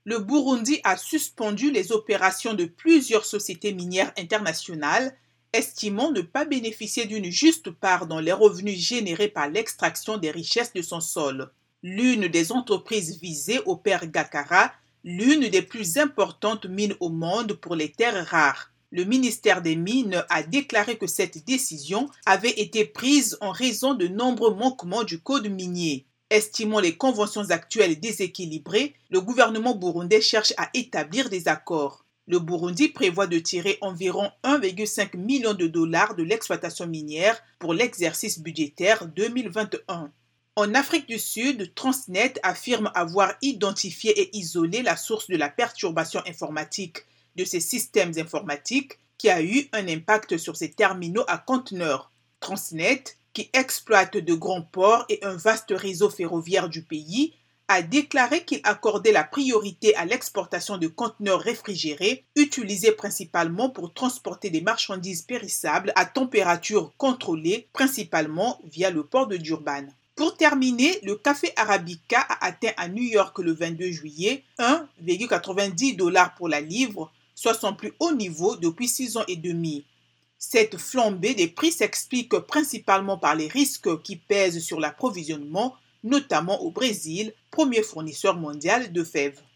Le Burundi a suspendu les opérations de plusieurs sociétés minières internationales, estimant ne pas bénéficier d'une juste part dans les revenus générés par l'extraction des richesses de son sol. L'une des entreprises visées opère Gakara, l'une des plus importantes mines au monde pour les terres rares. Le ministère des Mines a déclaré que cette décision avait été prise en raison de nombreux manquements du code minier. Estimant les conventions actuelles déséquilibrées, le gouvernement burundais cherche à établir des accords. Le Burundi prévoit de tirer environ 1,5 million de dollars de l'exploitation minière pour l'exercice budgétaire 2021. En Afrique du Sud, Transnet affirme avoir identifié et isolé la source de la perturbation informatique de ses systèmes informatiques qui a eu un impact sur ses terminaux à conteneurs. Transnet, qui exploite de grands ports et un vaste réseau ferroviaire du pays, a déclaré qu'il accordait la priorité à l'exportation de conteneurs réfrigérés utilisés principalement pour transporter des marchandises périssables à température contrôlée, principalement via le port de Durban. Pour terminer, le café Arabica a atteint à New York le 22 juillet 1,90 $ pour la livre, soit son plus haut niveau depuis 6 ans et demi. Cette flambée des prix s'explique principalement par les risques qui pèsent sur l'approvisionnement, notamment au Brésil, premier fournisseur mondial de fèves.